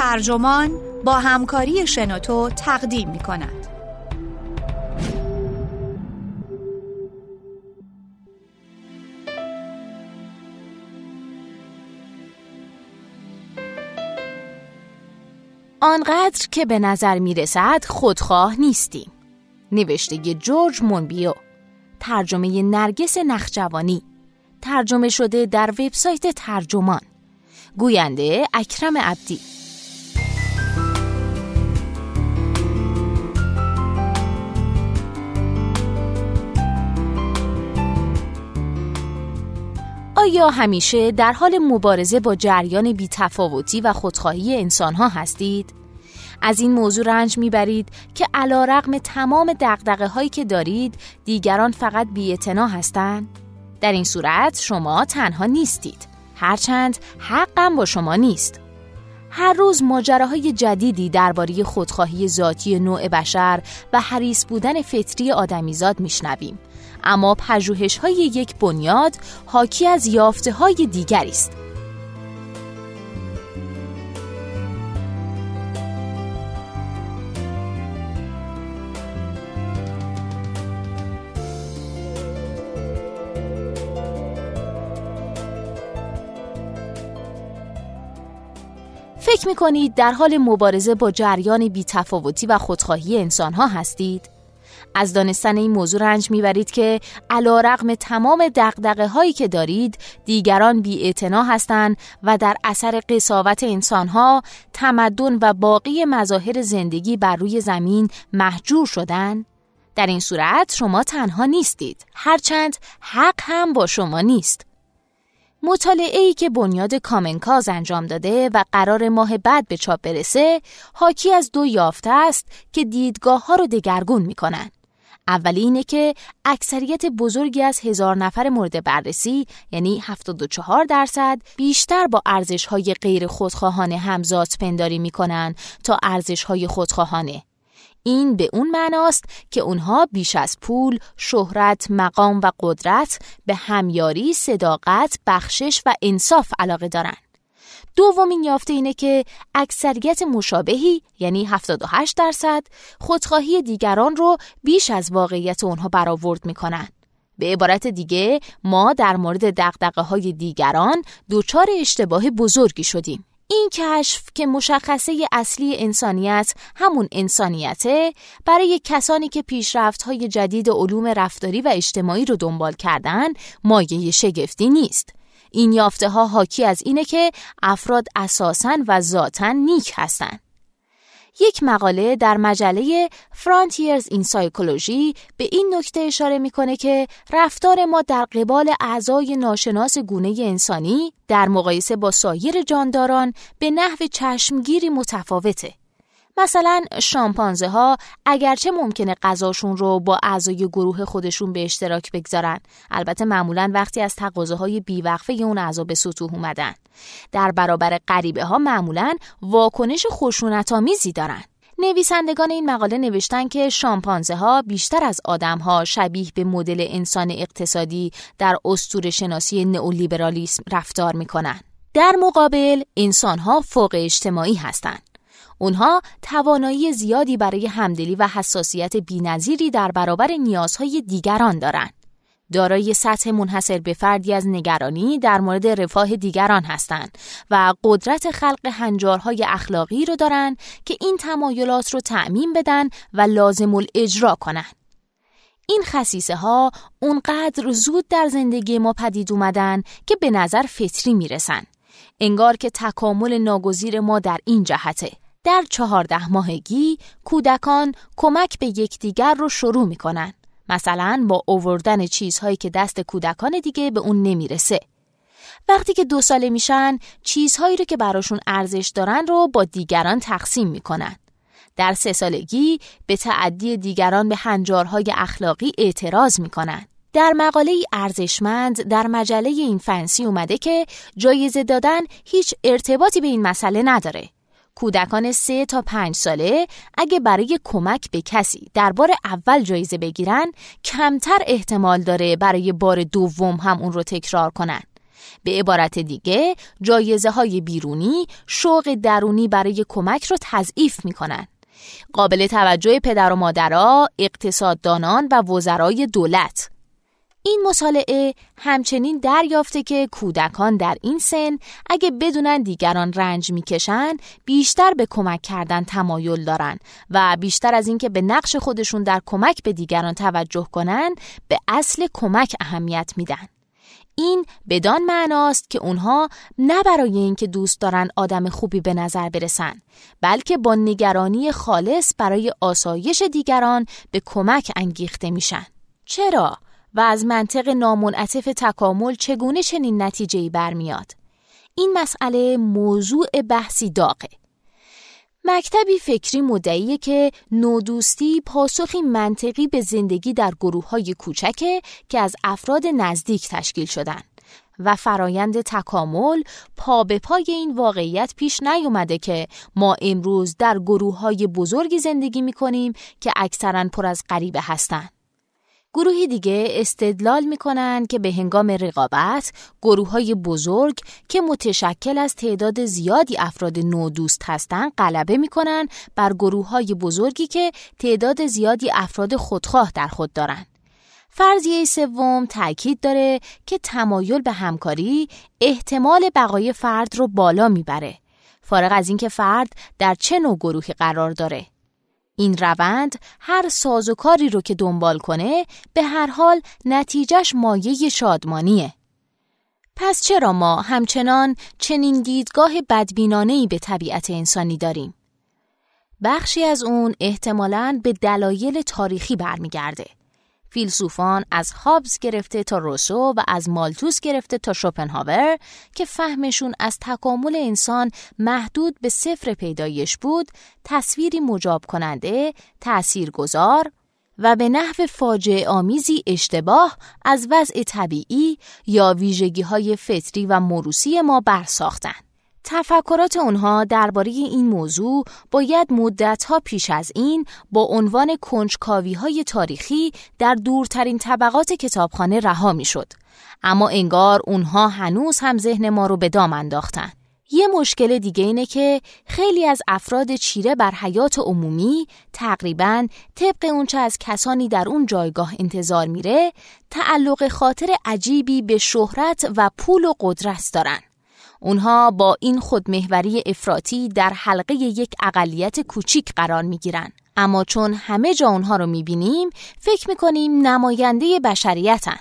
ترجمان با همکاری شنوتو تقدیم می‌کند. آنقدر که به نظر میرسد خودخواه نیستیم. نوشته جورج مونبیو، ترجمه نرگس نخجوانی، ترجمه شده در وبسایت ترجمان، گوینده اکرم عبدی. آیا همیشه در حال مبارزه با جریان بی‌تفاوتی و خودخواهی انسان‌ها هستید؟ از این موضوع رنج میبرید که علی‌رغم تمام دغدغه‌هایی که دارید، دیگران فقط بی‌اعتنا هستند؟ در این صورت شما تنها نیستید، هرچند حقم با شما نیست. هر روز ماجراهای جدیدی درباره خودخواهی ذاتی نوع بشر و حریص بودن فطری آدمیزاد میشنویم، اما پژوهش‌های یک بنیاد حاکی از یافته‌های دیگری است. فکر می‌کنید در حال مبارزه با جریان بی‌تفاوتی و خودخواهی انسان‌ها هستید؟ از دانستن این موضوع رنج میبرید که علی‌رغم تمام دغدغه‌هایی که دارید، دیگران بی‌اعتنا هستند و در اثر قساوت انسان‌ها، تمدن و باقی مظاهر زندگی بر روی زمین مهجور شدند. در این صورت شما تنها نیستید، هرچند حق هم با شما نیست. مطالعه‌ای که بنیاد کامنکاز انجام داده و قرار ماه بعد به چاپ برسه، حاکی از دو یافته است که دیدگاه‌ها رو دگرگون می‌کنن. اولی اینه که اکثریت بزرگی از 1000 نفر مورد بررسی، یعنی 74%، بیشتر با ارزش‌های غیر خودخواهانه همزاد پنداری می‌کنن تا ارزش‌های خودخواهانه. این به اون معناست که اونها بیش از پول، شهرت، مقام و قدرت به همیاری، صداقت، بخشش و انصاف علاقه دارن. دومین یافته اینه که اکثریت مشابهی، یعنی 78%، خودخواهی دیگران رو بیش از واقعیت اونها برآورد میکنن. به عبارت دیگه، ما در مورد دغدغه‌های دیگران دچار اشتباه بزرگی شدیم. این کشف که مشخصه اصلی انسانیت همون انسانیته، برای کسانی که پیشرفت‌های جدید علوم رفتاری و اجتماعی رو دنبال کردن مایه شگفتی نیست. این یافته‌ها حاکی از اینه که افراد اساساً و ذاتاً نیک هستن. یک مقاله در مجله Frontiers in Psychology به این نکته اشاره میکنه که رفتار ما در قبال اعضای ناشناس گونه انسانی در مقایسه با سایر جانداران به نحو چشمگیری متفاوته. مثلا شامپانزه ها اگرچه ممکنه غذاشون رو با اعضای گروه خودشون به اشتراک بگذارن، البته معمولاً وقتی از تقاضاهای بیوقفه اون اعضا به سطوح اومدن، در برابر غریبه ها معمولاً واکنش خشونت‌آمیزی دارن. نویسندگان این مقاله نوشتن که شامپانزه ها بیشتر از آدم ها شبیه به مدل انسان اقتصادی در اسطوره شناسی نئولیبرالیسم رفتار میکنن. در مقابل انسان ها فوق اجتماعی هستند. اونها توانایی زیادی برای همدلی و حساسیت بی‌نظیری در برابر نیازهای دیگران دارند. دارای سطح منحصر به فردی از نگرانی در مورد رفاه دیگران هستند و قدرت خلق هنجارهای اخلاقی رو دارن که این تمایلات رو تأمین بدن و لازم الاجرا کنن. این خصیصه ها اونقدر زود در زندگی ما پدید اومدن که به نظر فطری میرسن. انگار که تکامل ناگزیر ما در این جهته. در 14 ماهگی کودکان کمک به یکدیگر رو شروع میکنن. مثلا با آوردن چیزهایی که دست کودکان دیگه به اون نمیرسه. وقتی که 2 ساله میشن، چیزهایی رو که براشون ارزش دارن رو با دیگران تقسیم میکنن. در 3 سالگی به تعدی دیگران به هنجارهای اخلاقی اعتراض میکنن. در مقاله ارزشمند در مجله اینفنسی اومده که جایزه دادن هیچ ارتباطی به این مسئله نداره. کودکان 3 تا 5 ساله اگه برای کمک به کسی در بار اول جایزه بگیرن، کمتر احتمال داره برای بار دوم هم اون رو تکرار کنن. به عبارت دیگه جایزه‌های بیرونی شوق درونی برای کمک رو تضعیف می‌کنن. قابل توجه پدر و مادرها، اقتصاددانان و وزرای دولت. این مطالعه همچنین دریافته که کودکان در این سن اگه بدونن دیگران رنج میکشن بیشتر به کمک کردن تمایل دارن و بیشتر از این که به نقش خودشون در کمک به دیگران توجه کنن به اصل کمک اهمیت میدن. این بدان معناست که اونها نه برای اینکه دوست دارن آدم خوبی به نظر برسن، بلکه با نگرانی خالص برای آسایش دیگران به کمک انگیخته میشن. چرا؟ و از منطق نامنعطف تکامل چگونه چنین نتیجه‌ای برمیاد؟ این مسئله موضوع بحثی داغه. مکتبی فکری مدعیه که نودوستی پاسخی منطقی به زندگی در گروه‌های کوچکه که از افراد نزدیک تشکیل شدن و فرایند تکامل پا به پای این واقعیت پیش نیومده که ما امروز در گروه‌های بزرگی زندگی می‌کنیم که اکثراً پر از غریبه هستن. گروهی دیگه استدلال میکنن که به هنگام رقابت گروه‌های بزرگ که متشکل از تعداد زیادی افراد نودوست هستن غلبه میکنن بر گروه‌های بزرگی که تعداد زیادی افراد خودخواه در خود دارن. فرضیه سوم تأکید داره که تمایل به همکاری احتمال بقای فرد رو بالا میبره، فارغ از اینکه فرد در چه نوع گروهی قرار داره. این روند هر سازوکاری رو که دنبال کنه به هر حال نتیجهش مایه شادمانیه. پس چرا ما همچنان چنین دیدگاه بدبینانه‌ای به طبیعت انسانی داریم؟ بخشی از اون احتمالاً به دلایل تاریخی برمیگرده. فیلسوفان از هابز گرفته تا روسو و از مالتوس گرفته تا شوپنهاور که فهمشون از تکامل انسان محدود به صفر پیدایش بود، تصویری مجاب کننده، تأثیرگذار و به نحو فاجعه آمیزی اشتباه از وضع طبیعی یا ویژگی‌های فطری و موروثی ما برساختن. تفکرات اونها درباره این موضوع باید مدت‌ها پیش از این با عنوان کنجکاوی‌های تاریخی در دورترین طبقات کتابخانه رها می‌شد. اما انگار اونها هنوز هم ذهن ما رو به دام انداختن. یه مشکل دیگه اینه که خیلی از افراد چیره بر حیات عمومی تقریباً طبق اونچه از کسانی در اون جایگاه انتظار میره، تعلق خاطر عجیبی به شهرت و پول و قدرت دارن. اونها با این خودمحوری افراطی در حلقه یک اقلیت کوچیک قرار میگیرن. اما چون همه جا اونها رو میبینیم فکر میکنیم نماینده بشریتن.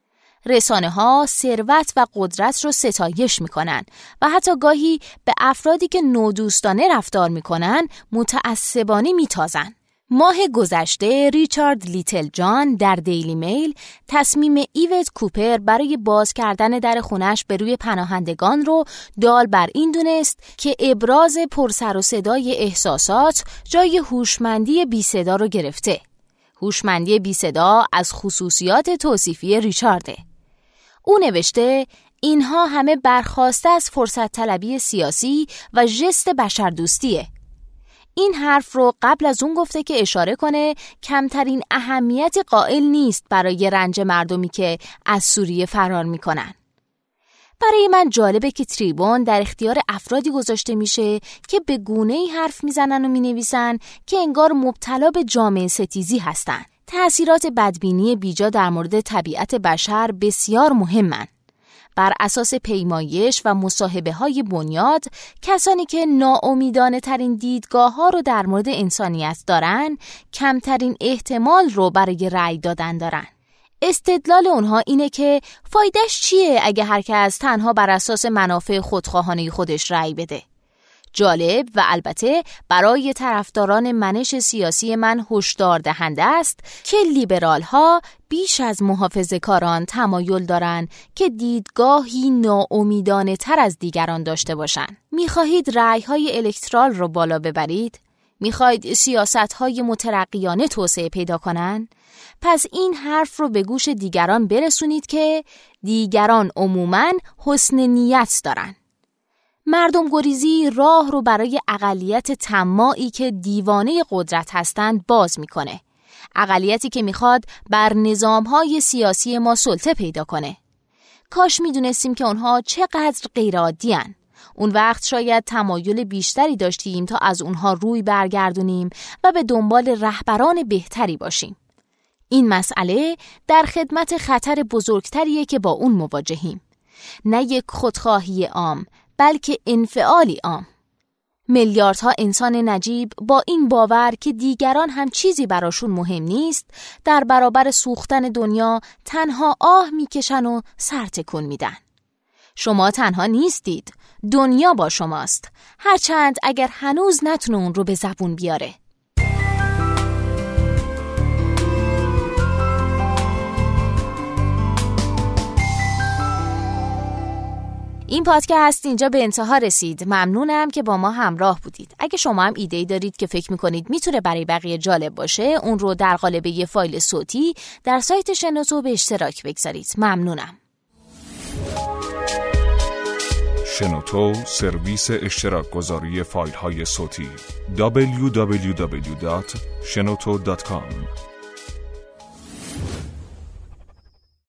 رسانه ها ثروت و قدرت رو ستایش میکنن و حتی گاهی به افرادی که نودوستانه رفتار میکنن متعصبانه میتازن. ماه گذشته ریچارد لیتل جان در دیلی میل تصمیم ایوت کوپر برای باز کردن در خونش به روی پناهندگان رو دال بر این دونست که ابراز پرسر و صدای احساسات جای هوشمندی بی صدا رو گرفته. هوشمندی بی صدا از خصوصیات توصیفی ریچارده. او نوشته اینها همه برخواسته از فرصت طلبی سیاسی و ژست بشردوستیه. این حرف رو قبل از اون گفته که اشاره کنه کمترین اهمیت قائل نیست برای رنج مردمی که از سوریه فرار میکنن. برای من جالبه که تریبون در اختیار افرادی گذاشته میشه که به گونه‌ای حرف میزنن و مینویسن که انگار مبتلا به جامعه ستیزی هستن. تأثیرات بدبینی بیجا در مورد طبیعت بشر بسیار مهمن. بر اساس پیمایش و مصاحبه‌های بنیاد، کسانی که ناامیدانه ترین دیدگاه ها رو در مورد انسانیت دارن، کمترین احتمال رو برای رأی دادن دارن. استدلال اونها اینه که فایدهش چیه اگه هر کس تنها بر اساس منافع خودخواهانه خودش رأی بده. جالب و البته برای طرفداران منش سیاسی من هشدار دهنده است که لیبرال ها بیش از محافظه‌کاران تمایل دارند که دیدگاهی ناامیدانه تر از دیگران داشته باشند. می‌خواهید رأی‌های الکترال رو بالا ببرید؟ می‌خواهید سیاست‌های مترقیانه توسعه پیدا کنند؟ پس این حرف رو به گوش دیگران برسونید که دیگران عموماً حسن نیت دارند. مردم گریزی راه رو برای اقلیت طماعی که دیوانه قدرت هستند باز میکنه. اقلیتی که میخواد بر نظامهای سیاسی ما سلطه پیدا کنه. کاش میدونستیم که اونها چقدر غیرعادی‌ان. اون وقت شاید تمایل بیشتری داشتیم تا از اونها روی برگردونیم و به دنبال رهبران بهتری باشیم. این مسئله در خدمت خطر بزرگتریه که با اون مواجهیم. نه یک خودخواهی عام، بلکه انفعالی عام. میلیاردها انسان نجیب با این باور که دیگران هم چیزی براشون مهم نیست، در برابر سوختن دنیا تنها آه میکشن و سر تکون میدن. شما تنها نیستید، دنیا با شماست، هرچند اگر هنوز نتونه اون رو به زبون بیاره. این پادکست اینجا به انتها رسید. ممنونم که با ما همراه بودید. اگه شما هم ایده‌ای دارید که فکر می‌کنید میتونه برای بقیه جالب باشه، اون رو در قالب یه فایل صوتی در سایت شنوتو به اشتراک بگذارید. ممنونم. شنوتو، سرویس اشتراک گذاری فایل های صوتی. www.shenoto.com